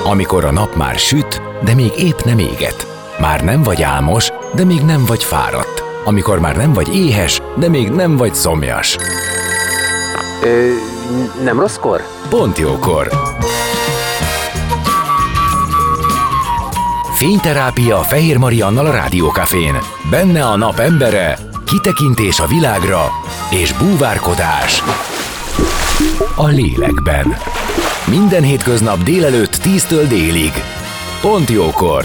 Amikor a nap már süt, de még épp nem éget. Már nem vagy álmos, de még nem vagy fáradt. Amikor már nem vagy éhes, de még nem vagy szomjas. Nem rosszkor? Pont jókor. Fényterápia Fehér Mariannal a Rádiókafén. Benne a nap embere, kitekintés a világra és búvárkodás a lélekben. Minden hétköznap délelőtt 10-től délig. Pont jókor.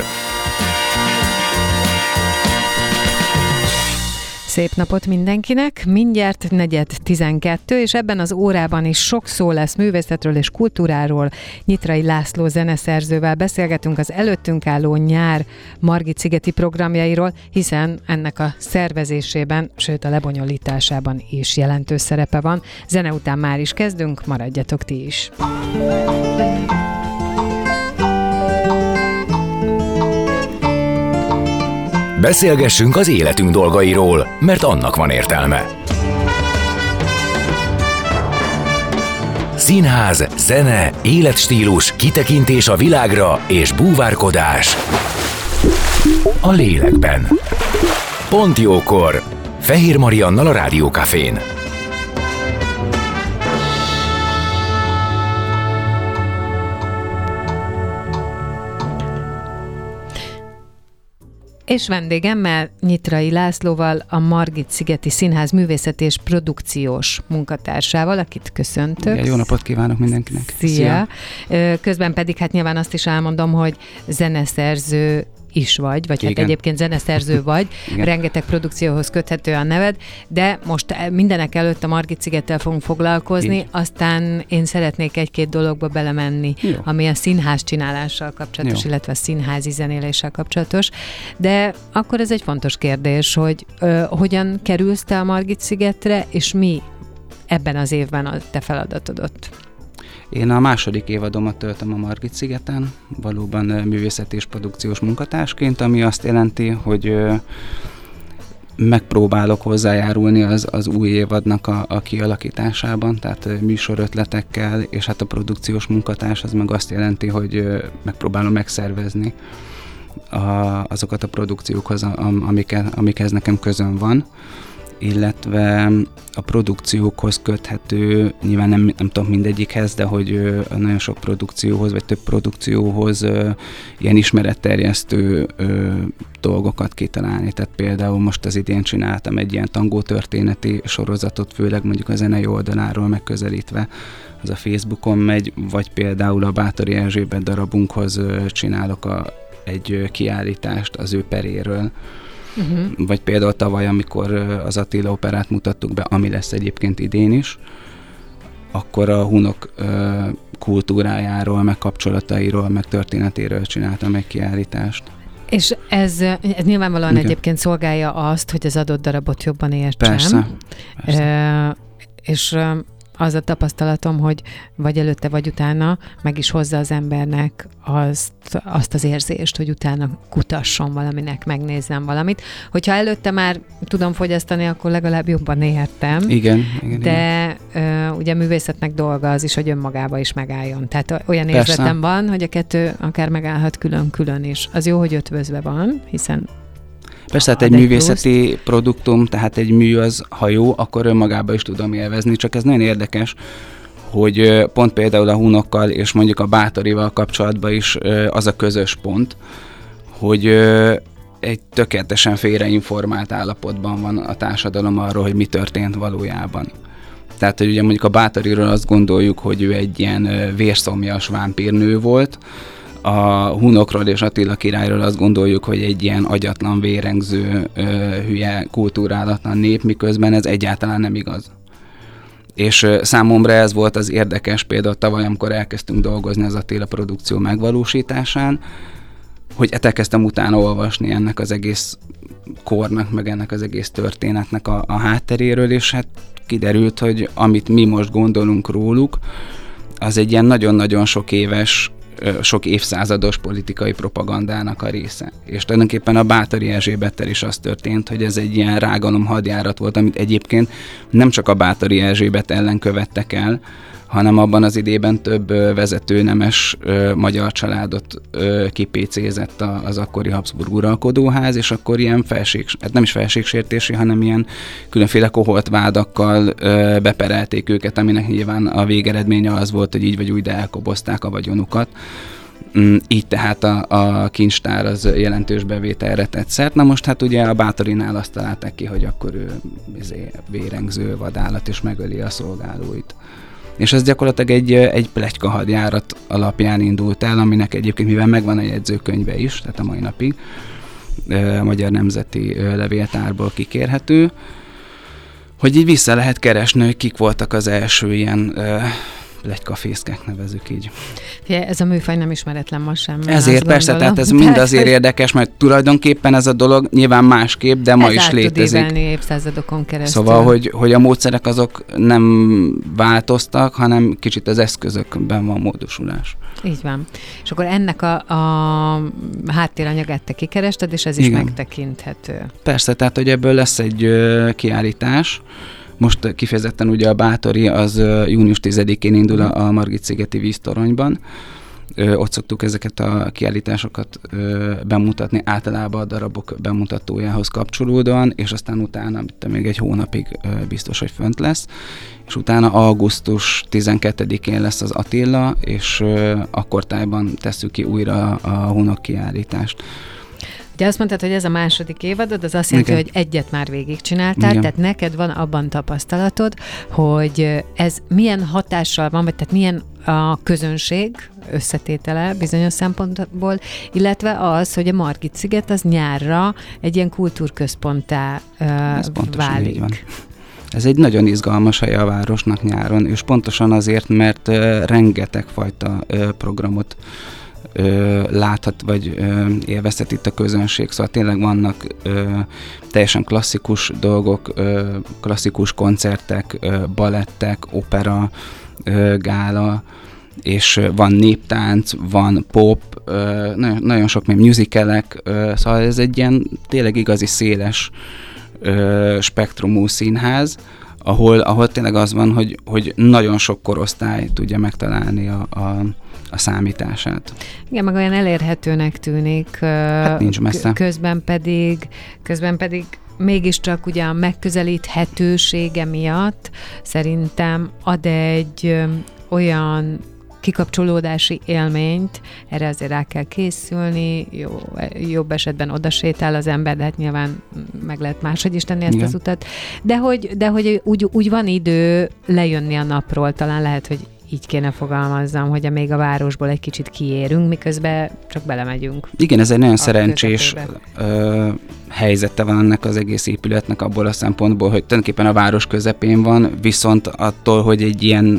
Szép napot mindenkinek, mindjárt 4:12, és ebben az órában is sok szó lesz művészetről és kultúráról. Nyitrai László zeneszerzővel beszélgetünk az előttünk álló nyár Margit-szigeti programjairól, hiszen ennek a szervezésében, sőt a lebonyolításában is jelentős szerepe van. Zene után már is kezdünk, maradjatok ti is! Beszélgessünk az életünk dolgairól, mert annak van értelme. Színház, zene, életstílus, kitekintés a világra és búvárkodás a lélekben. Pont jókor. Fehér Mariannal a Rádiókafén. És vendégemmel, Nyitrai Lászlóval, a Margit-szigeti Színház művészet és produkciós munkatársával, akit köszöntök. Igen, jó napot kívánok mindenkinek. Szia! Közben pedig hát nyilván azt is elmondom, hogy zeneszerző is vagy hát egyébként zeneszerző vagy, rengeteg produkcióhoz köthető a neved, de most mindenek előtt a Margit-szigettel fogunk foglalkozni, így. Aztán én szeretnék egy-két dologba belemenni, jó. Ami a színház csinálással kapcsolatos, jó. Illetve a színházi zenéléssel kapcsolatos, de akkor ez egy fontos kérdés, hogy hogyan kerülsz te a Margit-szigetre, és mi ebben az évben a te feladatod ott? Én a második évadomat töltöm a Margit-szigeten, valóban művészeti és produkciós munkatársként, ami azt jelenti, hogy megpróbálok hozzájárulni az új évadnak a kialakításában, tehát műsorötletekkel, és hát a produkciós munkatárs az meg azt jelenti, hogy megpróbálom megszervezni azokat a produkciókhoz, amikhez nekem közön van, illetve a produkciókhoz köthető, nyilván nem tudom mindegyikhez, de hogy nagyon sok produkcióhoz, vagy több produkcióhoz ilyen ismeretterjesztő dolgokat kitalálni. Tehát például most az idén csináltam egy ilyen tangótörténeti sorozatot, főleg mondjuk a zenei oldaláról megközelítve, az a Facebookon megy, vagy például a Báthori Erzsébet darabunkhoz csinálok egy kiállítást az ő peréről. Uh-huh. Vagy például tavaly, amikor az Attila operát mutattuk be, ami lesz egyébként idén is, akkor a hunok kultúrájáról, meg kapcsolatairól, meg történetéről csináltam egy kiállítást. És ez nyilvánvalóan egyébként szolgálja azt, hogy az adott darabot jobban értsem. Persze. És az a tapasztalatom, hogy vagy előtte, vagy utána meg is hozza az embernek azt az érzést, hogy utána kutasson valaminek, megnézzem valamit. Hogyha előtte már tudom fogyasztani, akkor legalább jobban értem. Igen. De ugye művészetnek dolga az is, hogy önmagába is megálljon. Tehát olyan érzetem van, hogy a kettő akár megállhat külön-külön is. Az jó, hogy ötvözve van, hiszen persze, hát egy művészeti produktum, tehát egy mű az, ha jó, akkor önmagába is tudom élvezni, csak ez nagyon érdekes, hogy pont például a hunokkal és mondjuk a Báthorival kapcsolatban is az a közös pont, hogy egy tökéletesen félreinformált állapotban van a társadalom arról, hogy mi történt valójában. Tehát, hogy ugye mondjuk a Báthoriról azt gondoljuk, hogy ő egy ilyen vérszomjas vámpírnő volt, a hunokról és Attila királyról azt gondoljuk, hogy egy ilyen agyatlan, vérengző, hülye, kultúrálatlan nép, miközben ez egyáltalán nem igaz. És számomra ez volt az érdekes például tavaly, amikor elkezdtünk dolgozni az Attila produkció megvalósításán, hogy elkezdtem utána olvasni ennek az egész kornak, meg ennek az egész történetnek a hátteréről, és hát kiderült, hogy amit mi most gondolunk róluk, az egy ilyen nagyon-nagyon sok éves, sok évszázados politikai propagandának a része. És tulajdonképpen a Báthori Erzsébettel is az történt, hogy ez egy ilyen rágalom hadjárat volt, amit egyébként nem csak a Báthori Erzsébet ellen követtek el, hanem abban az idében több vezető nemes magyar családot kipécézett az akkori Habsburg uralkodóház, és akkor ilyen nem is felségsértési, hanem ilyen különféle koholt vádakkal beperelték őket, aminek nyilván a végeredménye az volt, hogy így vagy úgy, de elkobozták a vagyonukat. Így tehát a kincstár az jelentős bevételre tett szert. Na most hát ugye a Bátorinál azt találták ki, hogy akkor ő vérengző vadállat és megöli a szolgálóit. És ez gyakorlatilag egy pletyka hadjárat alapján indult el, aminek egyébként, mivel megvan a jegyzőkönyve is, tehát a mai napig a Magyar Nemzeti Levéltárból kikérhető, hogy így vissza lehet keresni, hogy kik voltak az első ilyen pletykafészkek, nevezzük így. Ez a műfaj nem ismeretlen ma sem. Ezért persze, tehát ez mind azért érdekes, mert tulajdonképpen ez a dolog nyilván másképp, de ma is létezik. Ez tud évszázadokon keresztül. Szóval, hogy a módszerek azok nem változtak, hanem kicsit az eszközökben van módosulás. Így van. És akkor ennek a háttéranyagát te kikerested, és ez is megtekinthető. Persze, tehát hogy ebből lesz egy kiállítás. Most kifejezetten ugye a Bátori az június 10-én indul a Margit-szigeti víztoronyban. Ott szoktuk ezeket a kiállításokat bemutatni, általában a darabok bemutatójához kapcsolódóan, és aztán utána még egy hónapig biztos, hogy fönt lesz. És utána augusztus 12-én lesz az Attila, és akkortájban tesszük ki újra a Hunok kiállítást. Ugye azt mondtad, hogy ez a második évadod, az azt jelenti, hogy egyet már végigcsináltál, tehát neked van abban tapasztalatod, hogy ez milyen hatással van, vagy tehát milyen a közönség összetétele bizonyos szempontból, illetve az, hogy a Margit-sziget az nyárra egy ilyen kultúrközponttá válik. Van. Ez egy nagyon izgalmas hely a városnak nyáron, és pontosan azért, mert rengeteg fajta programot láthat, vagy élvezhet itt a közönség. Szóval tényleg vannak teljesen klasszikus dolgok, klasszikus koncertek, balettek, opera, gála, és van néptánc, van pop, nagyon sok még musicalek, szóval ez egy ilyen tényleg igazi széles spektrumú színház, ahol tényleg az van, hogy nagyon sok korosztály tudja megtalálni a számítását. Igen, meg olyan elérhetőnek tűnik. Hát nincs messze. Közben pedig mégiscsak ugye a megközelíthetősége miatt szerintem ad egy olyan kikapcsolódási élményt, erre azért rá kell készülni, jobb esetben odasétál az ember, de hát nyilván meg lehet máshogy is tenni ezt az utat, de hogy úgy van idő lejönni a napról, talán lehet, hogy így kéne fogalmazzam, hogy még a városból egy kicsit kiérünk, miközben csak belemegyünk. Igen, ez egy nagyon szerencsés helyzete van ennek az egész épületnek abból a szempontból, hogy tulajdonképpen a város közepén van, viszont attól, hogy egy ilyen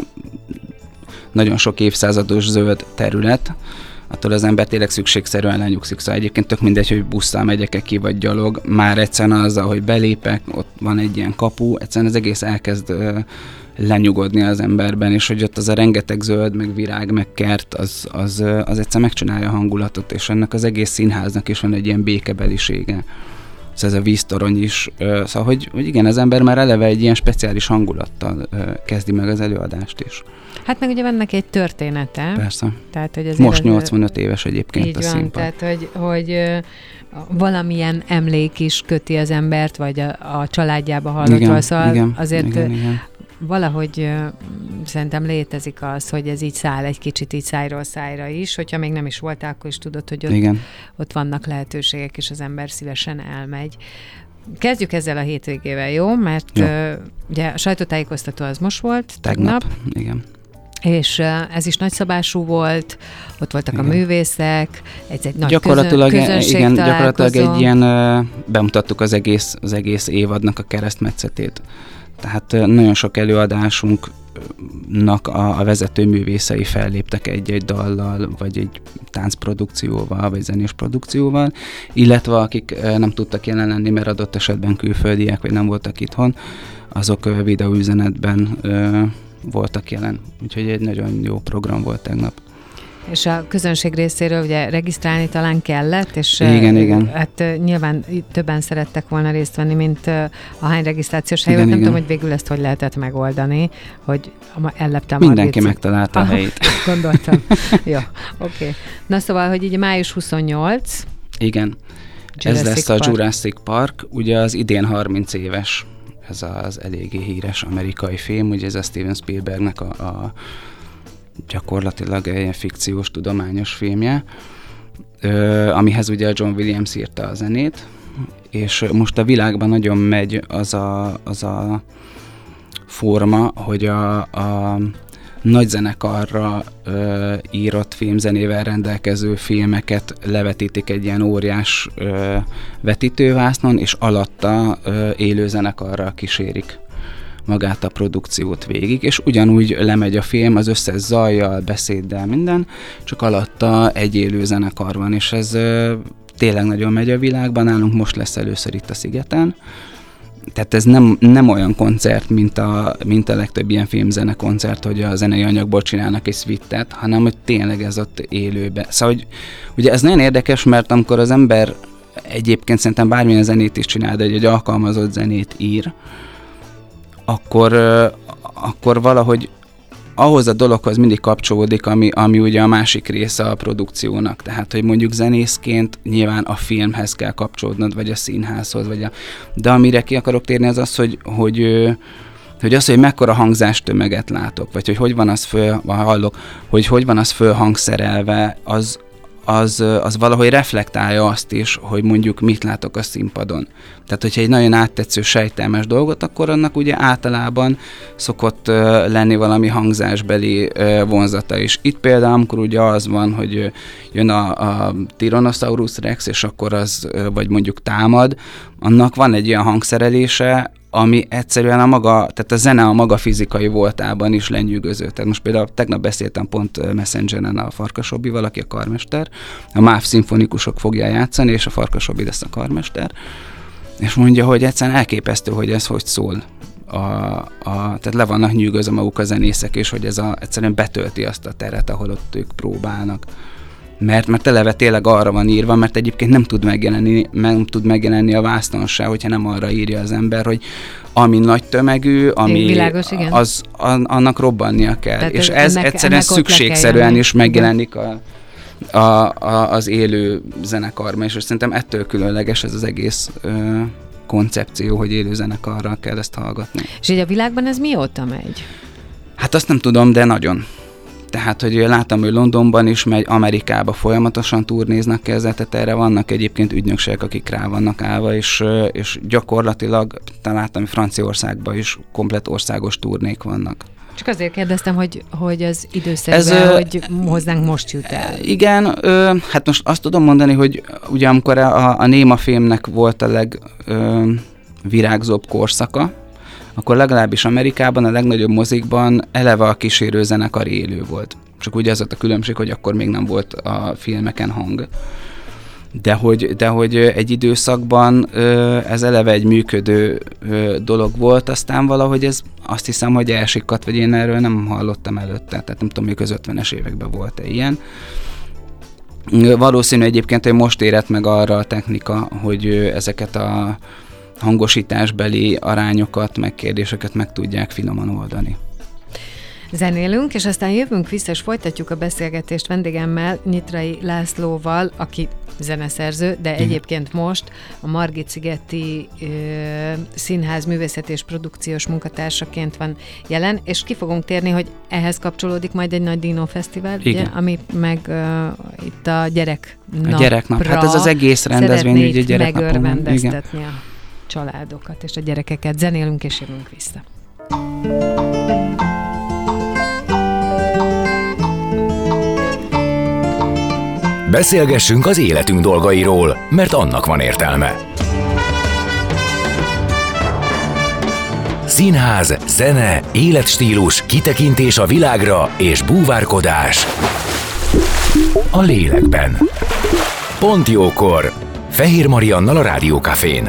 nagyon sok évszázados zöld terület, attól az ember tényleg szükségszerűen lenyugszik. Szóval egyébként tök mindegy, hogy busszal megyek ki, vagy gyalog. Már egyszerűen azzal, hogy belépek, ott van egy ilyen kapu, egyszerűen az egész elkezd lenyugodni az emberben, és hogy ott az a rengeteg zöld, meg virág, meg kert, az egyszer megcsinálja a hangulatot, és ennek az egész színháznak is van egy ilyen békebelisége. Szóval ez a víztorony is. Szóval, hogy igen, az ember már eleve egy ilyen speciális hangulattal kezdi meg az előadást is. Hát meg ugye van neki egy története. Persze. Tehát, hogy most 85 éves egyébként így a színpad. Tehát, hogy valamilyen emlék is köti az embert, vagy a családjába hallottról, szóval azért valahogy szerintem létezik az, hogy ez így száll egy kicsit így szájról szájra is, hogyha még nem is voltál, akkor is tudod, hogy ott vannak lehetőségek, és az ember szívesen elmegy. Kezdjük ezzel a hétvégével, jó? Mert ugye a sajtótájékoztató az most volt, tegnap. Igen. És ez is nagyszabású volt, ott voltak a művészek, egy nagy gyakorlatilag gyakorlatilag egy ilyen, bemutattuk az egész évadnak a keresztmetszetét. Tehát nagyon sok előadásunknak a vezető művészei felléptek egy-egy dallal, vagy egy táncprodukcióval, vagy zenés produkcióval, illetve akik nem tudtak jelen lenni, mert adott esetben külföldiek, vagy nem voltak itthon, azok videóüzenetben voltak jelen. Úgyhogy egy nagyon jó program volt tegnap. És a közönség részéről ugye regisztrálni talán kellett, és igen. Hát nyilván többen szerettek volna részt venni, mint ahány regisztrációs hely volt. Nem tudom, hogy végül ezt hogy lehetett megoldani, hogy ellepte a mindenki megtalálta a helyét. Gondoltam. Jó, oké. Na szóval, hogy így május 28. Igen. Ez lesz a Jurassic Park, ugye az idén 30 éves, ez az eléggé híres amerikai film, ugye ez a Steven Spielbergnek a gyakorlatilag egy fikciós, tudományos filmje, amihez ugye John Williams írta a zenét, és most a világban nagyon megy az a forma, hogy a nagy zenekarra írott filmzenével rendelkező filmeket levetítik egy ilyen óriás vetítővásznon, és alatta élő zenekarral kísérik magát a produkciót végig, és ugyanúgy lemegy a film az összes zajjal, beszéddel, minden, csak alatta egy élő zenekar van, és ez tényleg nagyon megy a világban, nálunk most lesz először itt a Szigeten. Tehát ez nem olyan koncert, mint a legtöbb ilyen filmzene koncert, hogy a zenei anyagból csinálnak egy suite-et, hanem hogy tényleg ez ott élőben. Szóval, hogy, ugye ez nagyon érdekes, mert amikor az ember egyébként szerintem bármilyen zenét is csinál, de egy alkalmazott zenét ír, akkor valahogy ahhoz a dologhoz mindig kapcsolódik, ami ugye a másik része a produkciónak. Tehát, hogy mondjuk zenészként nyilván a filmhez kell kapcsolódnod, vagy a színházhoz, de amire ki akarok térni, az az, hogy mekkora hangzástömeget látok, vagy hogy van az hallok, hogy van az fölhangszerelve, az valahogy reflektálja azt is, hogy mondjuk mit látok a színpadon. Tehát, hogyha egy nagyon áttetsző, sejtelmes dolgot, akkor annak ugye általában szokott lenni valami hangzásbeli vonzata is. Itt például, amikor ugye az van, hogy jön a Tyrannosaurus Rex, és akkor az, vagy mondjuk támad, annak van egy olyan hangszerelése, ami egyszerűen tehát a zene a maga fizikai voltában is lenyűgöző. Tehát most például tegnap beszéltem pont Messengeren a Farkas Robival, aki a karmester, a MÁV szimfonikusok fogja játszani, és a Farkas Robi lesz a karmester, és mondja, hogy egyszerűen elképesztő, hogy ez hogy szól. Tehát le vannak nyűgözve maguk a zenészek, és hogy ez egyszerűen betölti azt a teret, ahol ott ők próbálnak. Mert eleve tényleg arra van írva, mert egyébként nem tud megjelenni a vásznon se, hogyha nem arra írja az ember, hogy ami nagy tömegű, ami világos, annak robbannia kell. Tehát és ez egyszerűen szükségszerűen is megjelenik az élő zenekarban, és szerintem ettől különleges ez az egész koncepció, hogy élő zenekarral kell ezt hallgatni. És így a világban ez mióta megy? Hát azt nem tudom, de nagyon. Tehát, hogy láttam, hogy Londonban is megy, Amerikába folyamatosan turnéznak kezdetet, erre vannak egyébként ügynökségek, akik rá vannak állva, és gyakorlatilag láttam, hogy Franciaországban is komplett országos turnék vannak. Csak azért kérdeztem, hogy az időszerűen, hogy hozzánk most jut el. Igen, hát most azt tudom mondani, hogy ugye amikor a Néma filmnek volt a legvirágzóbb korszaka, akkor legalábbis Amerikában, a legnagyobb mozikban eleve a kísérő zenekar élő volt. Csak ugye az volt a különbség, hogy akkor még nem volt a filmeken hang. De hogy egy időszakban ez eleve egy működő dolog volt, aztán valahogy ez azt hiszem, hogy elsikadt, vagy én erről nem hallottam előtte, tehát nem tudom, még az 50-es években volt-e ilyen. Valószínű egyébként, hogy most érett meg arra a technika, hogy ezeket a hangosításbeli arányokat, meg kérdéseket meg tudják finoman oldani. Zenélünk, és aztán jövünk vissza, és folytatjuk a beszélgetést vendégemmel, Nyitrai Lászlóval, aki zeneszerző, de egyébként most a Margit-szigeti Színház művészeti és produkciós munkatársaként van jelen, és ki fogunk térni, hogy ehhez kapcsolódik majd egy nagy Dino Fesztivál, ugye, ami meg itt a gyereknapra. A gyereknap, hát ez az egész rendezvény, ugye gyereknapon. Megörvendeztetni a családokat és a gyerekeket. Zenélünk, és jövünk vissza. Beszélgessünk az életünk dolgairól, mert annak van értelme. Színház, zene, életstílus, kitekintés a világra és búvárkodás a lélekben. Pont jókor! Fehér Mariannal a Rádió Cafén.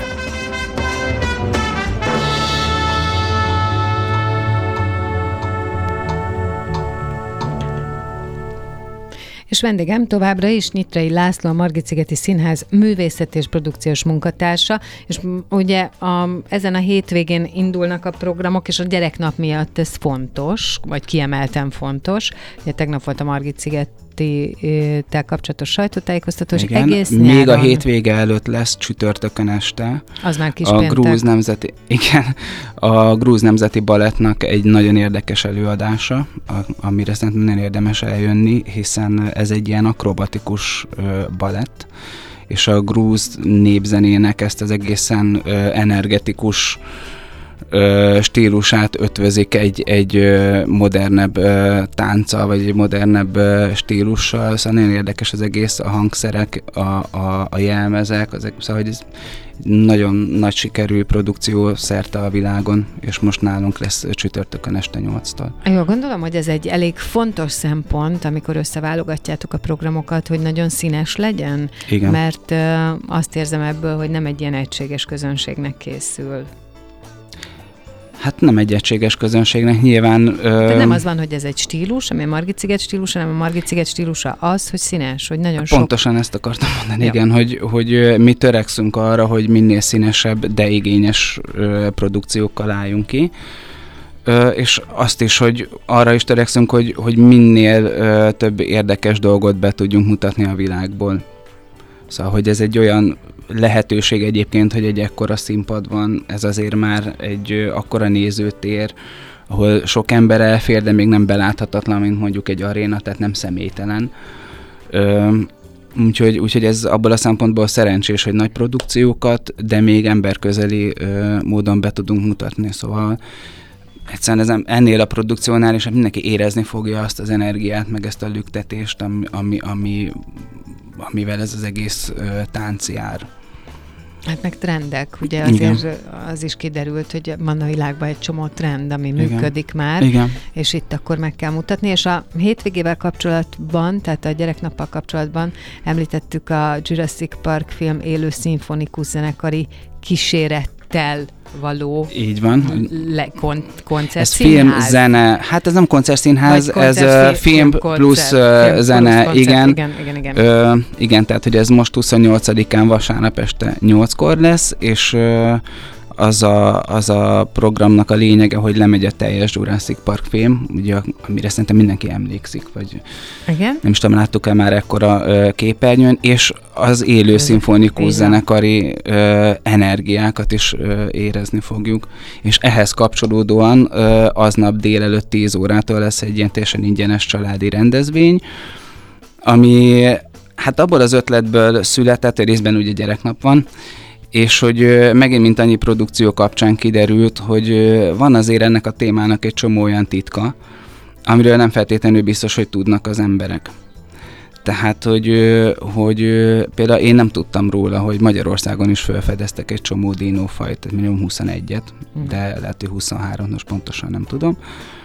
És vendégem továbbra is Nyitrai László, a Margitszigeti Színház művészet és produkciós munkatársa, és ugye ezen a hétvégén indulnak a programok, és a gyereknap miatt ez fontos, vagy kiemelten fontos. Ugye tegnap volt a Margitszigeti-tel kapcsolatos sajtótájékoztató, és egész nyáron... Még a hétvége előtt lesz csütörtökön este. Az már kis péntek. A Grúz Nemzeti Balettnak egy nagyon érdekes előadása, amire szerintem nagyon érdemes eljönni, hiszen ez egy ilyen akrobatikus balett, és a grúz népzenének ezt az egészen energetikus stílusát ötvözik egy modernebb tánccal, vagy egy modernebb stílussal, szóval nagyon érdekes az egész, a hangszerek, a jelmezek, szóval hogy ez nagyon nagy sikerű produkció szerte a világon, és most nálunk lesz csütörtökön este 8-tól. Jól gondolom, hogy ez egy elég fontos szempont, amikor összeválogatjátok a programokat, hogy nagyon színes legyen, igen. Mert azt érzem ebből, hogy nem egy ilyen egységes közönségnek készül. Hát nem egy egységes közönségnek, nyilván... Tehát nem az van, hogy ez egy stílus, ami a Margit-sziget stílusa, hanem a Margit-sziget stílusa az, hogy színes, hogy nagyon sok... Pontosan ezt akartam mondani, ja. Igen, hogy mi törekszünk arra, hogy minél színesebb, de igényes produkciókkal álljunk ki. És azt is, hogy arra is törekszünk, hogy minél több érdekes dolgot be tudjunk mutatni a világból. Szóval, hogy ez egy olyan lehetőség egyébként, hogy egy ekkora színpad van, ez azért már egy akkora nézőtér, ahol sok ember elfér, de még nem beláthatatlan, mint mondjuk egy aréna, tehát nem személytelen. Úgyhogy ez abból a szempontból szerencsés, hogy nagy produkciókat, de még emberközeli módon be tudunk mutatni, szóval egyszerűen ennél a produkciónál is mindenki érezni fogja azt az energiát, meg ezt a lüktetést, amivel ez az egész tánc jár. Hát meg trendek, ugye azért igen. Az is kiderült, hogy van a világban egy csomó trend, ami igen. működik már, igen. És itt akkor meg kell mutatni, és a hétvégével kapcsolatban, tehát a gyereknappal kapcsolatban említettük a Jurassic Park film élő szimfonikus zenekari kísérettel való így van. Koncertszínház. Ez film, zene, hát ez nem koncertszínház, ez film plusz zene, plusz igen. Igen, tehát hogy ez most 28-án vasárnap este 8-kor lesz, és az a programnak a lényege, hogy lemegy a teljes Jurassic Park film, ugye, amire szerintem mindenki emlékszik, vagy igen? Nem is tudom, láttuk-e már ekkora képernyőn, és az élő szimfonikus zenekari energiákat is érezni fogjuk. És ehhez kapcsolódóan aznap délelőtt 10 órától lesz egy ilyen teljesen ingyenes családi rendezvény, ami hát abból az ötletből született, hogy részben ugye gyereknap van, és hogy megint mint annyi produkció kapcsán kiderült, hogy van azért ennek a témának egy csomó olyan titka, amiről nem feltétlenül biztos, hogy tudnak az emberek. Tehát, hogy például én nem tudtam róla, hogy Magyarországon is felfedeztek egy csomó dinófajt, minimum 21-et, de lehet, hogy 23, most pontosan nem tudom.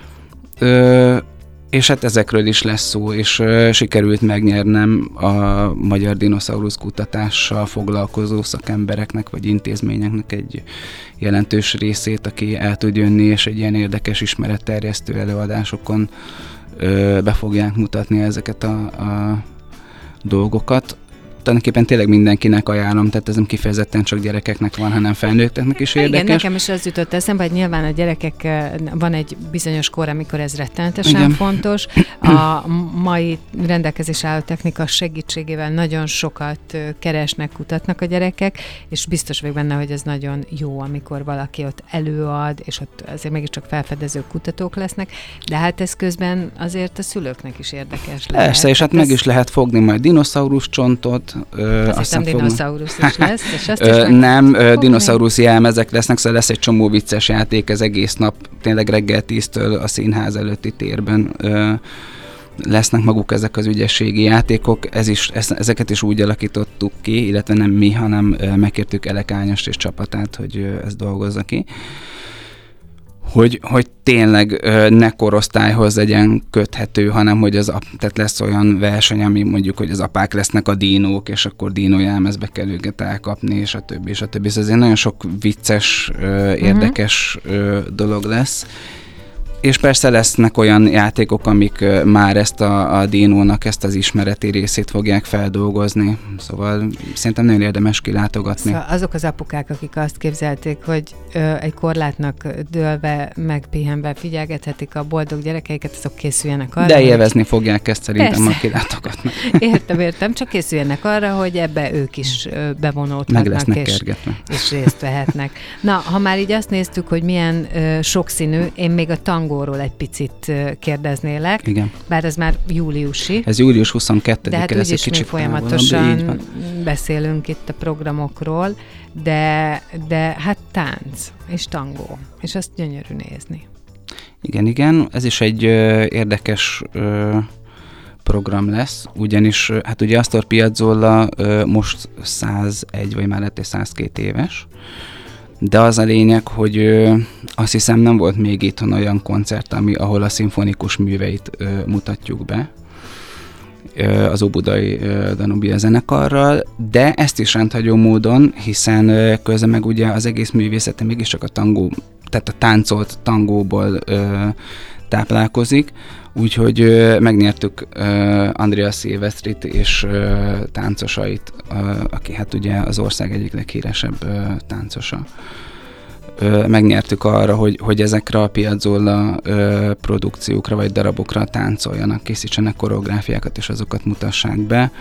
És hát ezekről is lesz szó, és sikerült megnyernem a magyar dinoszaurusz kutatással foglalkozó szakembereknek, vagy intézményeknek egy jelentős részét, aki el tud jönni, és egy ilyen érdekes ismeretterjesztő előadásokon be fogják mutatni ezeket a dolgokat. Tulajdonképpen tényleg mindenkinek ajánlom, tehát ez nem kifejezetten csak gyerekeknek van, hanem felnőtteknek is érdekes. Igen, nekem is az jutott eszembe, hogy nyilván a gyerekek, van egy bizonyos kor, amikor ez rettenetesen igen. fontos. A mai rendelkezés álló technika segítségével nagyon sokat keresnek, kutatnak a gyerekek, és biztos vagyok benne, hogy ez nagyon jó, amikor valaki ott előad, és ott azért mégiscsak felfedező kutatók lesznek, de hát ez közben azért a szülőknek is érdekes lehet. Persze, és hát meg is lehet fogni majd dinoszaurusz csontot, azt hiszem dinoszaurusz is lesz, és azt is nem, dinoszaurusz jelmezek lesznek, szóval lesz egy csomó vicces játék az egész nap, tényleg reggel 10-től a színház előtti térben lesznek maguk ezek az ügyességi játékok, ezeket is úgy alakítottuk ki, illetve nem mi, hanem megkértük Elek Ágnes és csapatát, hogy ezt dolgozza ki. Hogy tényleg ne korosztályhoz legyen köthető, hanem hogy tehát lesz olyan verseny, ami mondjuk, hogy az apák lesznek a dinók, és akkor dinójelmezbe kell őket elkapni, és a többi. Ez azért nagyon sok vicces, érdekes dolog lesz. És persze lesznek olyan játékok, amik már ezt a dinónak ezt az ismereti részét fogják feldolgozni. Szóval szerintem nagyon érdemes kilátogatni. Szóval azok az apukák, akik azt képzelték, hogy egy korlátnak dőlve, megpihenve figyelgethetik a boldog gyerekeiket, azok készüljenek arra. De élvezni fogják ezt szerintem, ha kilátogatnak. Értem, csak készüljenek arra, hogy ebbe ők is bevonódhatnak. Meg lesznek kergetve. És részt vehetnek. Na, ha már így azt néztük, hogy milyen sokszínű, én még a tangóról egy picit kérdeznélek. Igen. Bár ez már júliusi. Ez július 22-e, de hát lesz egy kicsit folyamatosan beszélünk itt a programokról, de hát tánc és tangó, és azt gyönyörű nézni. Igen, ez is egy érdekes program lesz, ugyanis hát ugye Astor Piazzolla most 101, vagy már lett 102 éves, de az a lényeg, hogy azt hiszem nem volt még itthon olyan koncert, ahol a szimfonikus műveit mutatjuk be az Óbudai Danubia zenekarral, de ezt is rendhagyó módon, hiszen közben meg ugye az egész művészete mégiscsak a tangó, tehát a táncolt tangóból táplálkozik, úgyhogy megnyertük Andrea Silvestrit és táncosait, aki hát ugye az ország egyik leghíresebb táncosa. Megnyertük arra, hogy ezekre a Piazzolla produkciókra vagy darabokra táncoljanak, készítsenek koreográfiákat és azokat mutassák be.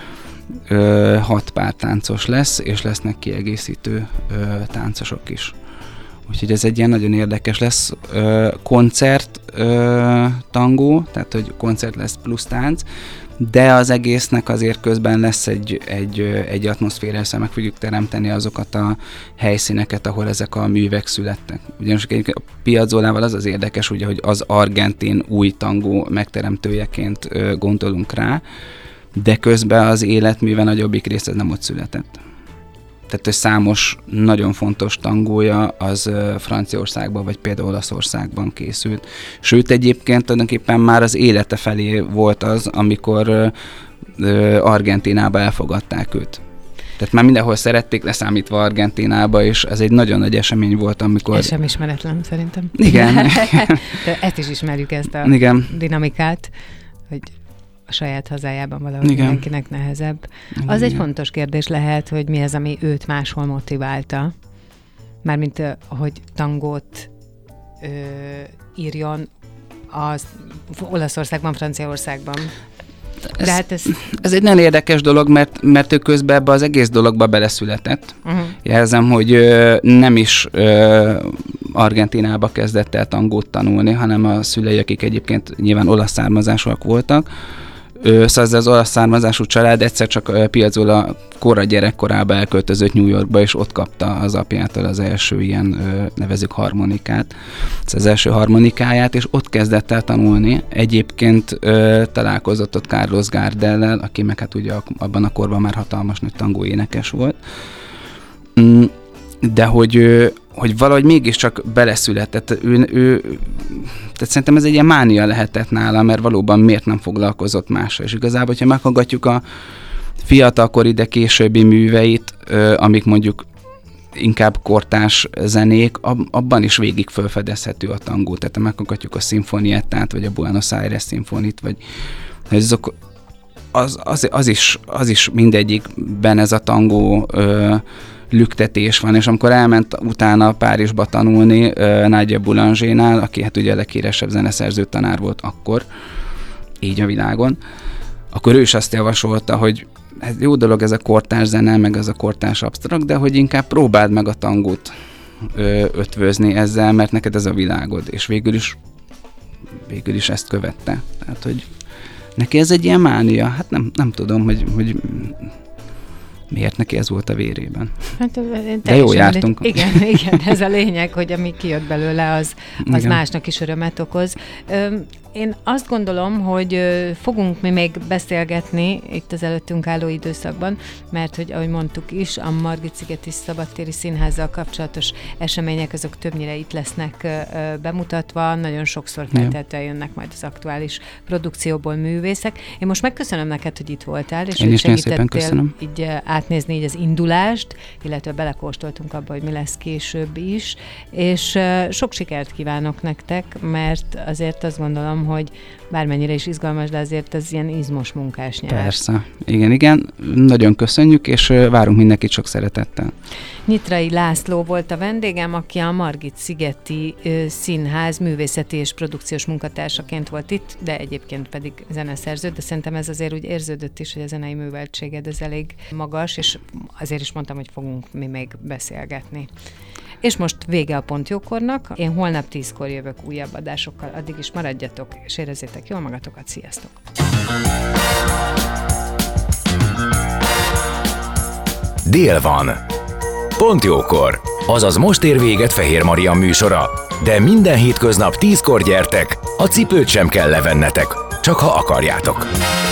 6 pár táncos lesz, és lesznek kiegészítő táncosok is. Úgyhogy ez egy ilyen nagyon érdekes lesz koncert tangó, tehát hogy koncert lesz plusz tánc, de az egésznek azért közben lesz egy atmoszféra, hiszen meg fogjuk teremteni azokat a helyszíneket, ahol ezek a művek születtek. Ugyanis a Piazzolával az érdekes, ugye, hogy az argentin új tangó megteremtőjeként gondolunk rá, de közben az életműve nagyobbik része nem ott született. Tehát, hogy számos nagyon fontos tangója az Franciaországban, vagy például Olaszországban készült. Sőt, egyébként tulajdonképpen már az élete felé volt az, amikor Argentínába elfogadták őt. Tehát már mindenhol szerették, leszámítva Argentínába, és ez egy nagyon nagy esemény volt, amikor... Ez sem ismeretlen, szerintem. Igen. Ezt is ismerjük, ezt a dinamikát, hogy a saját hazájában valahogy mindenkinek nehezebb. Az egy fontos kérdés lehet, hogy mi az, ami őt máshol motiválta. Mármint, hogy tangót írjon az Olaszországban, Franciaországban. De hát ez egy nagyon érdekes dolog, mert ő közben ebbe az egész dologba beleszületett. Jelzem, hogy nem is Argentínába kezdett el tangót tanulni, hanem a szülei, akik egyébként nyilván olasz származásúak voltak. Szóval az olasz származású család egyszer csak Piazzolla korra gyerekkorába elköltözött New Yorkba, és ott kapta az apjától az első ilyen, nevezzük harmonikát, az első harmonikáját, és ott kezdett el tanulni. Egyébként találkozott ott Carlos Gardellel, aki meg hát ugye abban a korban már hatalmas nagy tangó énekes volt. De hogy valahogy mégiscsak beleszületett. Tehát szerintem ez egy ilyen mánia lehetett nála, mert valóban miért nem foglalkozott mással. És igazából, hogyha meghallgatjuk a fiatalkori, de későbbi műveit, amik mondjuk inkább kortárs zenék, abban is végig felfedezhető a tangó. Tehát meghallgatjuk a szimfoniettát, vagy a Buenos Aires szimfonit, vagy azok, az is mindegyikben ez a tangó lüktetés van, és amikor elment utána Párizsba tanulni Nadia Boulanger-nál, aki hát ugye a leghíresebb zeneszerző tanár volt akkor, így a világon, akkor ő is azt javasolta, hogy ez jó dolog ez a kortárs zene, meg ez a kortárs absztrakt, de hogy inkább próbáld meg a tangót ötvözni ezzel, mert neked ez a világod, és végül is ezt követte. Tehát, hogy neki ez egy ilyen mánia, hát nem tudom, hogy miért neki ez volt a vérében. Hát, de jó jártunk. Igen, ez a lényeg, hogy ami kijött belőle, az másnak is örömet okoz. Én azt gondolom, hogy fogunk mi még beszélgetni itt az előttünk álló időszakban, mert hogy ahogy mondtuk is, a Margit-szigeti Szabadtéri Színházzal kapcsolatos események azok többnyire itt lesznek bemutatva, nagyon sokszor feltétlenül jönnek majd az aktuális produkcióból művészek. Én most megköszönöm neked, hogy itt voltál, és hogy segítettél így átnézni így az indulást, illetve belekóstoltunk abba, hogy mi lesz később is, és sok sikert kívánok nektek, mert azért azt gondolom, hogy bármennyire is izgalmas, de azért ez ilyen izmos munkás nyelv. Persze. Igen. Nagyon köszönjük, és várunk mindenkit sok szeretettel. Nyitrai László volt a vendégem, aki a Margit-szigeti Színház művészeti és produkciós munkatársaként volt itt, de egyébként pedig zeneszerző, de szerintem ez azért úgy érződött is, hogy a zenei műveltséged ez elég magas, és azért is mondtam, hogy fogunk mi még beszélgetni. És most vége a Pont Jókornak. Én holnap 10-kor jövök újabb adásokkal. Addig is maradjatok, és érezzétek jól magatokat. Sziasztok! Dél van. Pont Jókor. Azaz most ér véget Fehér Maria műsora. De minden hétköznap 10-kor gyertek, a cipőt sem kell levennetek, csak ha akarjátok.